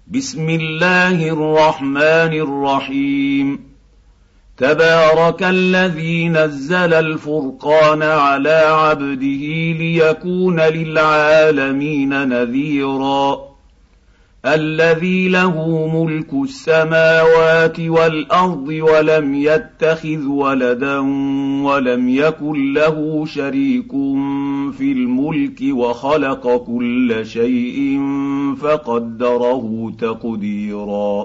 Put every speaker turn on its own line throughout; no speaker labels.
بسم الله الرحمن الرحيم. تبارك الذي نزل الفرقان على عبده ليكون للعالمين نذيرا. الذي له ملك السماوات والأرض ولم يتخذ ولدا ولم يكن له شريك في الملك وخلق كل شيء فقدره تقديرا.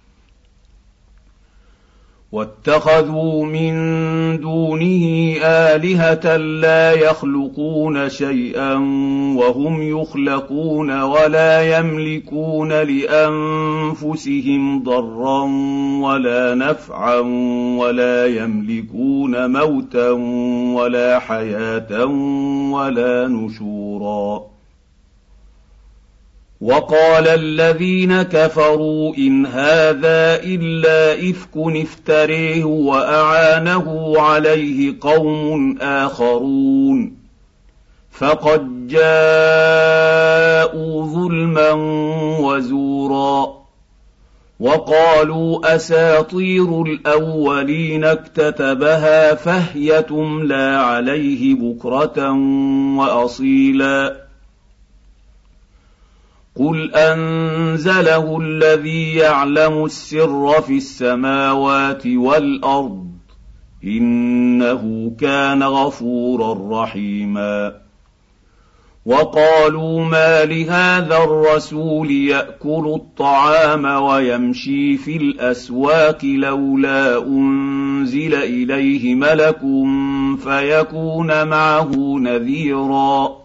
واتخذوا من دونه آلهة لا يخلقون شيئا وهم يخلقون ولا يملكون لأنفسهم ضرا ولا نفعا ولا يملكون موتا ولا حياة ولا نشورا. وقال الذين كفروا إن هذا إلا إفك افتريه وأعانه عليه قوم آخرون فقد جاءوا ظلما وزورا. وقالوا أساطير الأولين اكتتبها فهي تملى عليه بكرة وأصيلا. قل أنزله الذي يعلم السر في السماوات والأرض إنه كان غفورا رحيما. وقالوا ما لهذا الرسول يأكل الطعام ويمشي في الأسواق لولا أنزل إليه ملك فيكون معه نذيرا.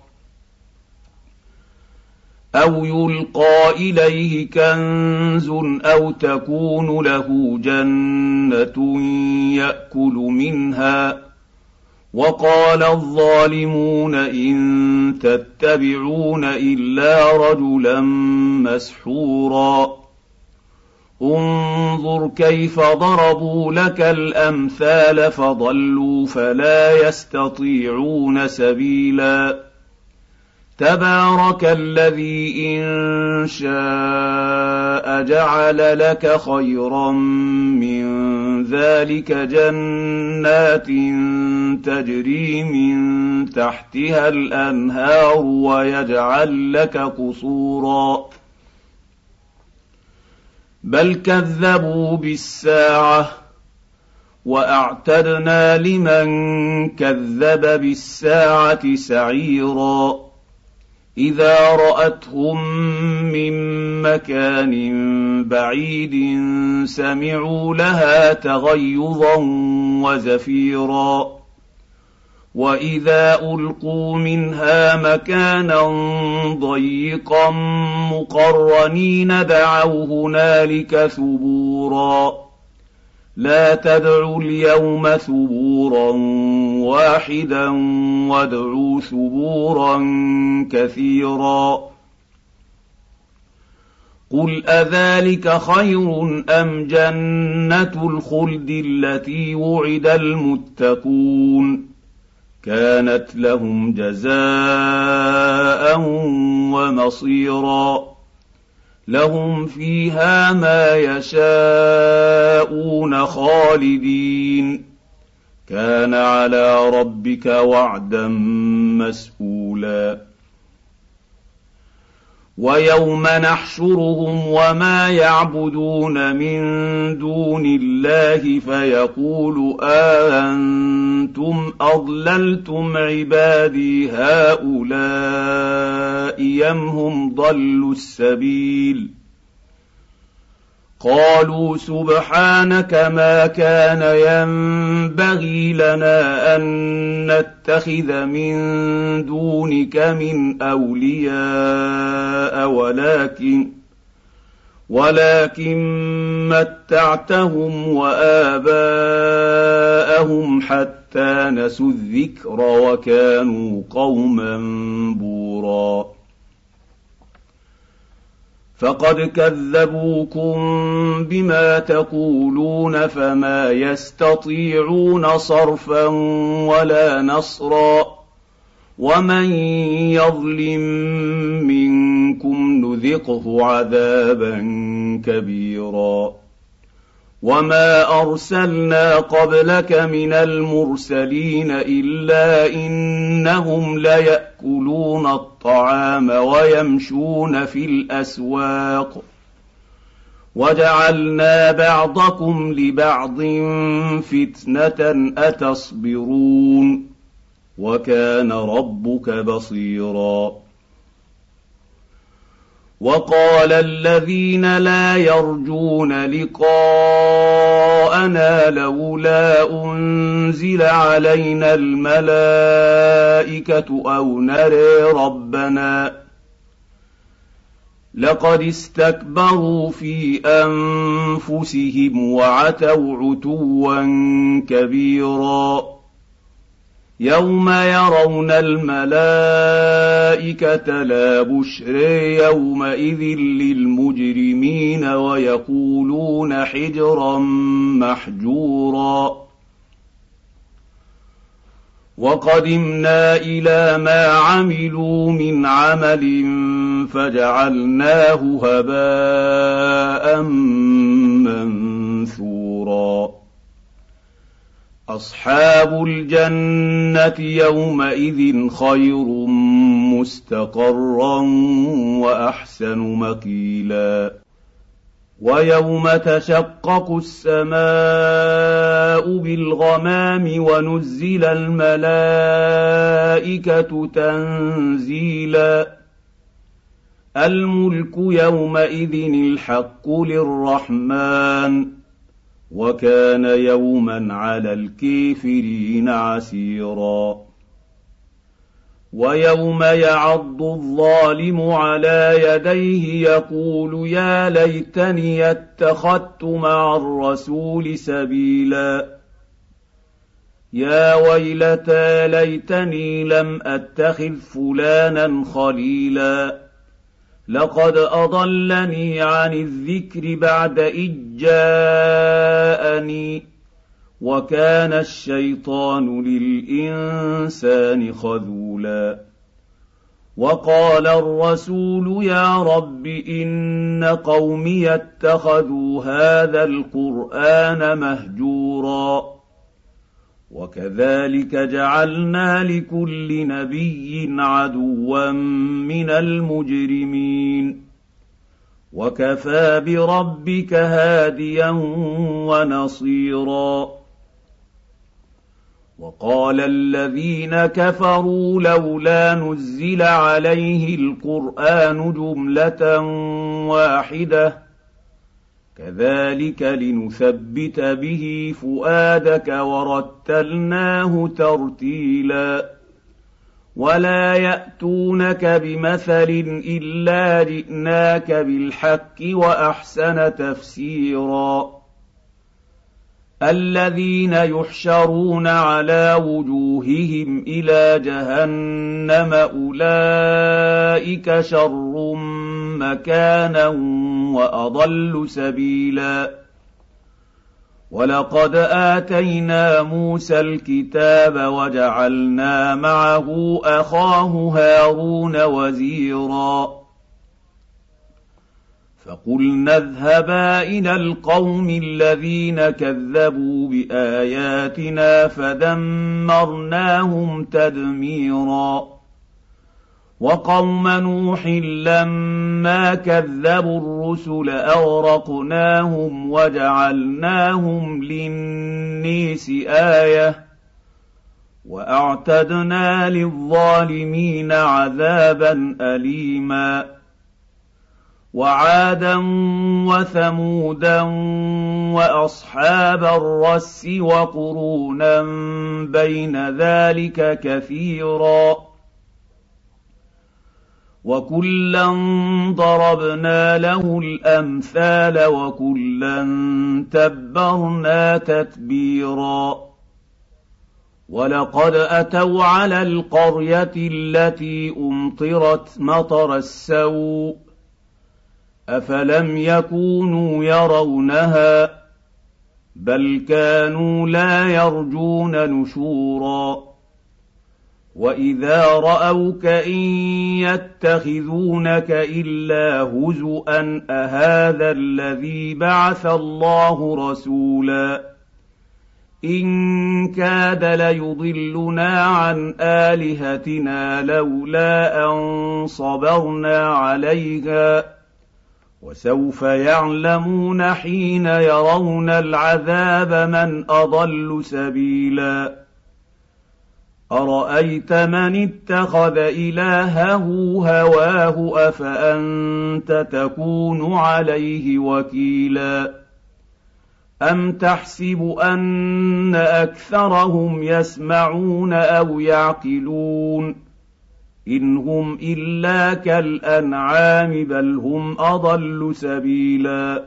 أو يلقى إليه كنز أو تكون له جنة يأكل منها. وقال الظالمون إن تتبعون إلا رجلا مسحورا. انظر كيف ضربوا لك الأمثال فضلوا فلا يستطيعون سبيلا. تبارك الذي إن شاء جعل لك خيرا من ذلك جنات تجري من تحتها الأنهار ويجعل لك قصورا. بل كذبوا بالساعة وأعتدنا لمن كذب بالساعة سعيرا. إذا رأتهم من مكان بعيد سمعوا لها تغيظا وزفيرا. وإذا ألقوا منها مكانا ضيقا مقرنين دعوا هنالك ثبورا. لا تدعوا اليوم ثبورا واحدا وادعوا ثبورا كثيرا. قل أذلك خير أم جنة الخلد التي وعد المتقون كانت لهم جزاء ومصيرا. لهم فيها ما يشاءون خالدين كان على ربك وعدا مسئولا. ويوم نحشرهم وما يعبدون من دون الله فيقول أأنتم أضللتم عبادي هؤلاء أم هم ضلوا السبيل. قالوا سبحانك ما كان ينبغي لنا أن نتخذ من دونك من أولياء ولكن متعتهم وآباءهم حتى نسوا الذكر وكانوا قوما بورا. فقد كذبوكم بما تقولون فما يستطيعون صرفا ولا نصرا. ومن يظلم منكم نذقه عذابا كبيرا وما أرسلنا قبلك من المرسلين إلا إنهم ليأكلون الطعام ويمشون في الأسواق وجعلنا بعضكم لبعض فتنة أتصبرون وكان ربك بصيرا وقال الذين لا يرجون لقاءنا لولا أنزل علينا الملائكة أو نري ربنا لقد استكبروا في أنفسهم وعتوا عتوا كبيرا يوم يرون الملائكة لا بشر يومئذ للمجرمين ويقولون حجرا محجورا وقدمنا إلى ما عملوا من عمل فجعلناه هباء منثورا أصحاب الجنة يومئذ خير مستقرا وأحسن مقيلا ويوم تشقق السماء بالغمام ونزل الملائكة تنزيلا الملك يومئذ الحق للرحمن وكان يوما على الكافرين عسيرا ويوم يعض الظالم على يديه يقول يا ليتني اتخذت مع الرسول سبيلا يا ويلتى ليتني لم أتخذ فلانا خليلا لقد أضلني عن الذكر بعد إذ جاءني وكان الشيطان للإنسان خذولا وقال الرسول يا رب إن قومي اتخذوا هذا القرآن مهجورا وكذلك جعلنا لكل نبي عدوا من المجرمين وكفى بربك هاديا ونصيرا وقال الذين كفروا لولا نزل عليه القرآن جملة واحدة كذلك لنثبت به فؤادك ورتلناه ترتيلا ولا يأتونك بمثل إلا جئناك بالحق وأحسن تفسيرا الذين يحشرون على وجوههم إلى جهنم أولئك شر مكانا وأضل سبيلا ولقد آتينا موسى الكتاب وجعلنا معه أخاه هارون وزيرا فقلنا اذهبا إلى القوم الذين كذبوا بآياتنا فدمرناهم تدميرا وقوم نوح لما كذبوا الرسل أغرقناهم وجعلناهم للناس آية وأعتدنا للظالمين عذابا أليما وعادا وثمودا وأصحاب الرس وقرونا بين ذلك كثيرا وكلا ضربنا له الأمثال وكلا تبرنا تتبيرا ولقد أتوا على القرية التي أمطرت مطر السوء أفلم يكونوا يرونها بل كانوا لا يرجون نشورا وإذا رأوك إن يتخذونك إلا هزؤا أهذا الذي بعث الله رسولا إن كاد ليضلنا عن آلهتنا لولا أن صبرنا عليها وسوف يعلمون حين يرون العذاب من أضل سبيلا أرأيت من اتخذ إلهه هواه أفأنت تكون عليه وكيلا أم تحسب أن أكثرهم يسمعون أو يعقلون إن هم إلا كالأنعام بل هم أضل سبيلا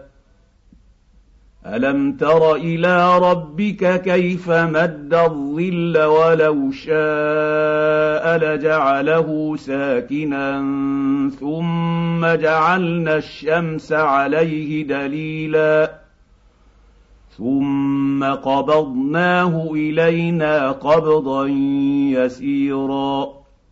ألم تر إلى ربك كيف مد الظل ولو شاء لجعله ساكنا ثم جعلنا الشمس عليه دليلا ثم قبضناه إلينا قبضا يسيرا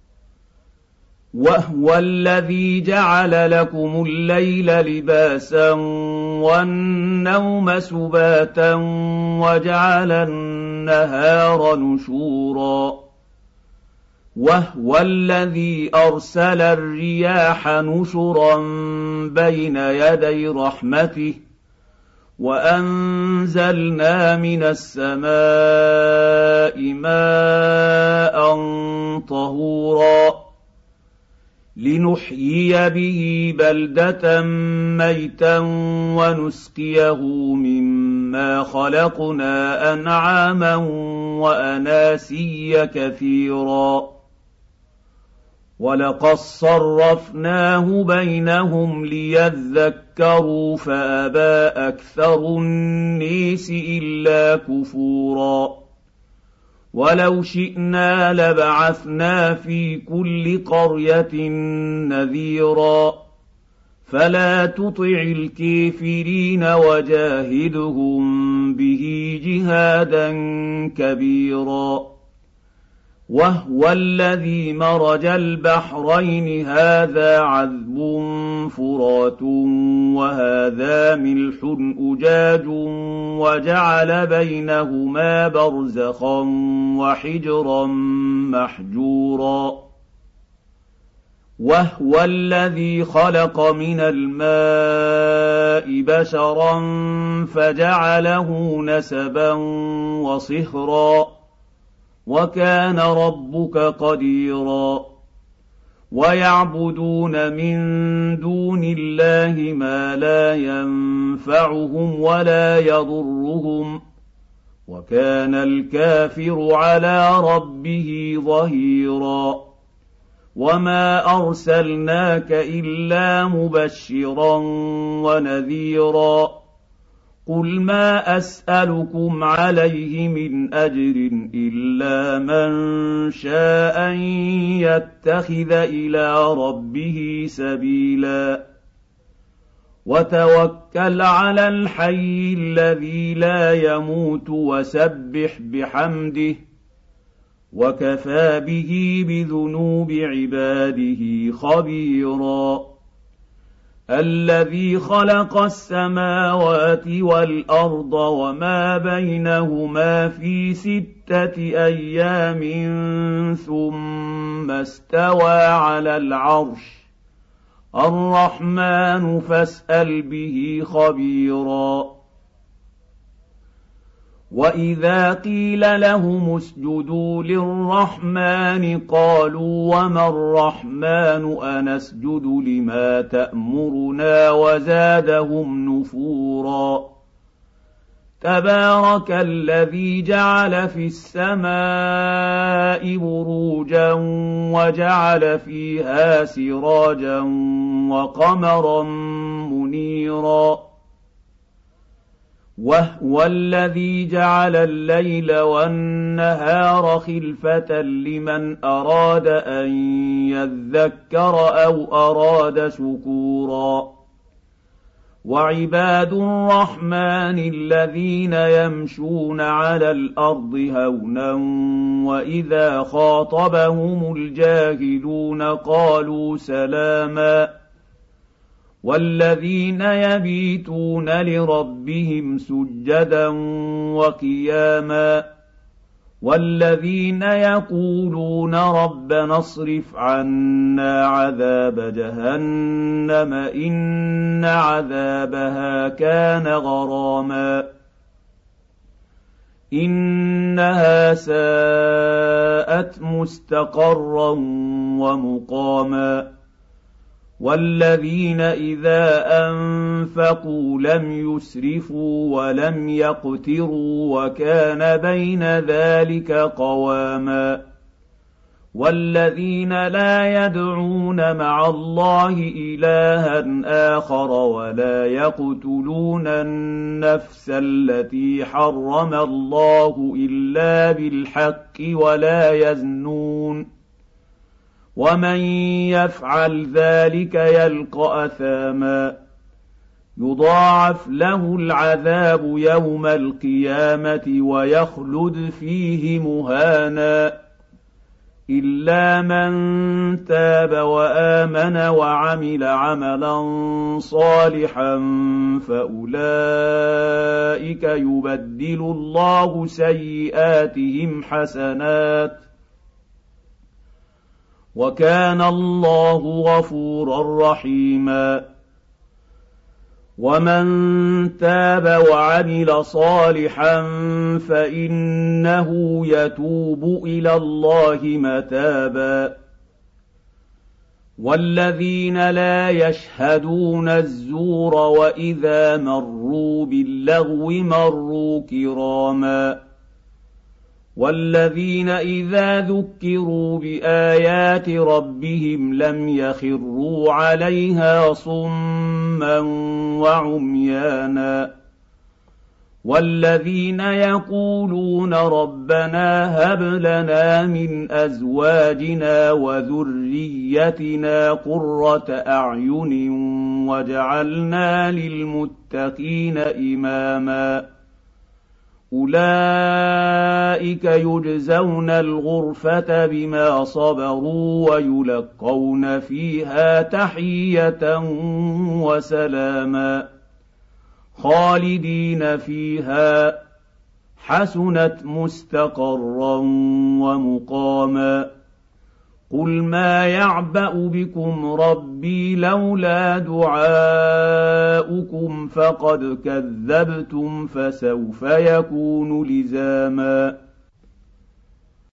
وهو الذي جعل لكم الليل لباسا والنوم سباتا وجعل النهار نشورا وهو الذي أرسل الرياح نشرا بين يدي رحمته وأنزلنا من السماء ماء طهورا لنحيي به بلدة ميتا ونسقيه مما خلقنا أنعاما وأناسيا كثيرا ولقد صرفناه بينهم ليذكروا فأبى أكثر الناس إلا كفورا ولو شئنا لبعثنا في كل قرية نذيرا فلا تطع الكافرين وجاهدهم به جهادا كبيرا وهو الذي مرج البحرين هذا عذب فرات وهذا ملح أجاج وجعل بينهما برزخا وحجرا محجورا وهو الذي خلق من الماء بشرا فجعله نسبا وصهرا وكان ربك قديرا ويعبدون من دون الله ما لا ينفعهم ولا يضرهم وكان الكافر على ربه ظهيرا وما أرسلناك إلا مبشرا ونذيرا قل ما أسألكم عليه من أجر إلا من شاء أن يتخذ إلى ربه سبيلا وتوكل على الحي الذي لا يموت وسبح بحمده وكفى به بذنوب عباده خبيرا الذي خلق السماوات والأرض وما بينهما في 6 أيام ثم استوى على العرش الرحمن فاسأل به خبيرا وإذا قيل لهم اسجدوا للرحمن قالوا وما الرحمن أنسجد لما تأمرنا وزادهم نفورا تبارك الذي جعل في السماء بروجا وجعل فيها سراجا وقمرا منيرا وهو الذي جعل الليل والنهار خلفة لمن أراد أن يذكر أو أراد شكورا وعباد الرحمن الذين يمشون على الأرض هونا وإذا خاطبهم الجاهلون قالوا سلاما والذين يبيتون لربهم سجدا وقياما والذين يقولون ربنا اصرف عنا عذاب جهنم إن عذابها كان غراما إنها ساءت مستقرا ومقاما والذين إذا أنفقوا لم يسرفوا ولم يقتروا وكان بين ذلك قواما والذين لا يدعون مع الله إلها آخر ولا يقتلون النفس التي حرم الله إلا بالحق ولا يزنون ومن يفعل ذلك يلقى أثاما يضاعف له العذاب يوم القيامة ويخلد فيه مهانا إلا من تاب وآمن وعمل عملا صالحا فأولئك يبدل الله سيئاتهم حسنات وكان الله غفورا رحيما ومن تاب وعمل صالحا فإنه يتوب إلى الله متابا والذين لا يشهدون الزور وإذا مروا باللغو مروا كراما والذين إذا ذكروا بآيات ربهم لم يخروا عليها صما وعميانا والذين يقولون ربنا هب لنا من أزواجنا وذريتنا قرة أعين واجعلنا للمتقين إماما أولئك يجزون الغرفة بما صبروا ويلقون فيها تحية وسلاما خالدين فيها حسنت مستقرا ومقاما قل ما يعبأ بكم ربي لولا دعاؤكم فقد كذبتم فسوف يكون لزاما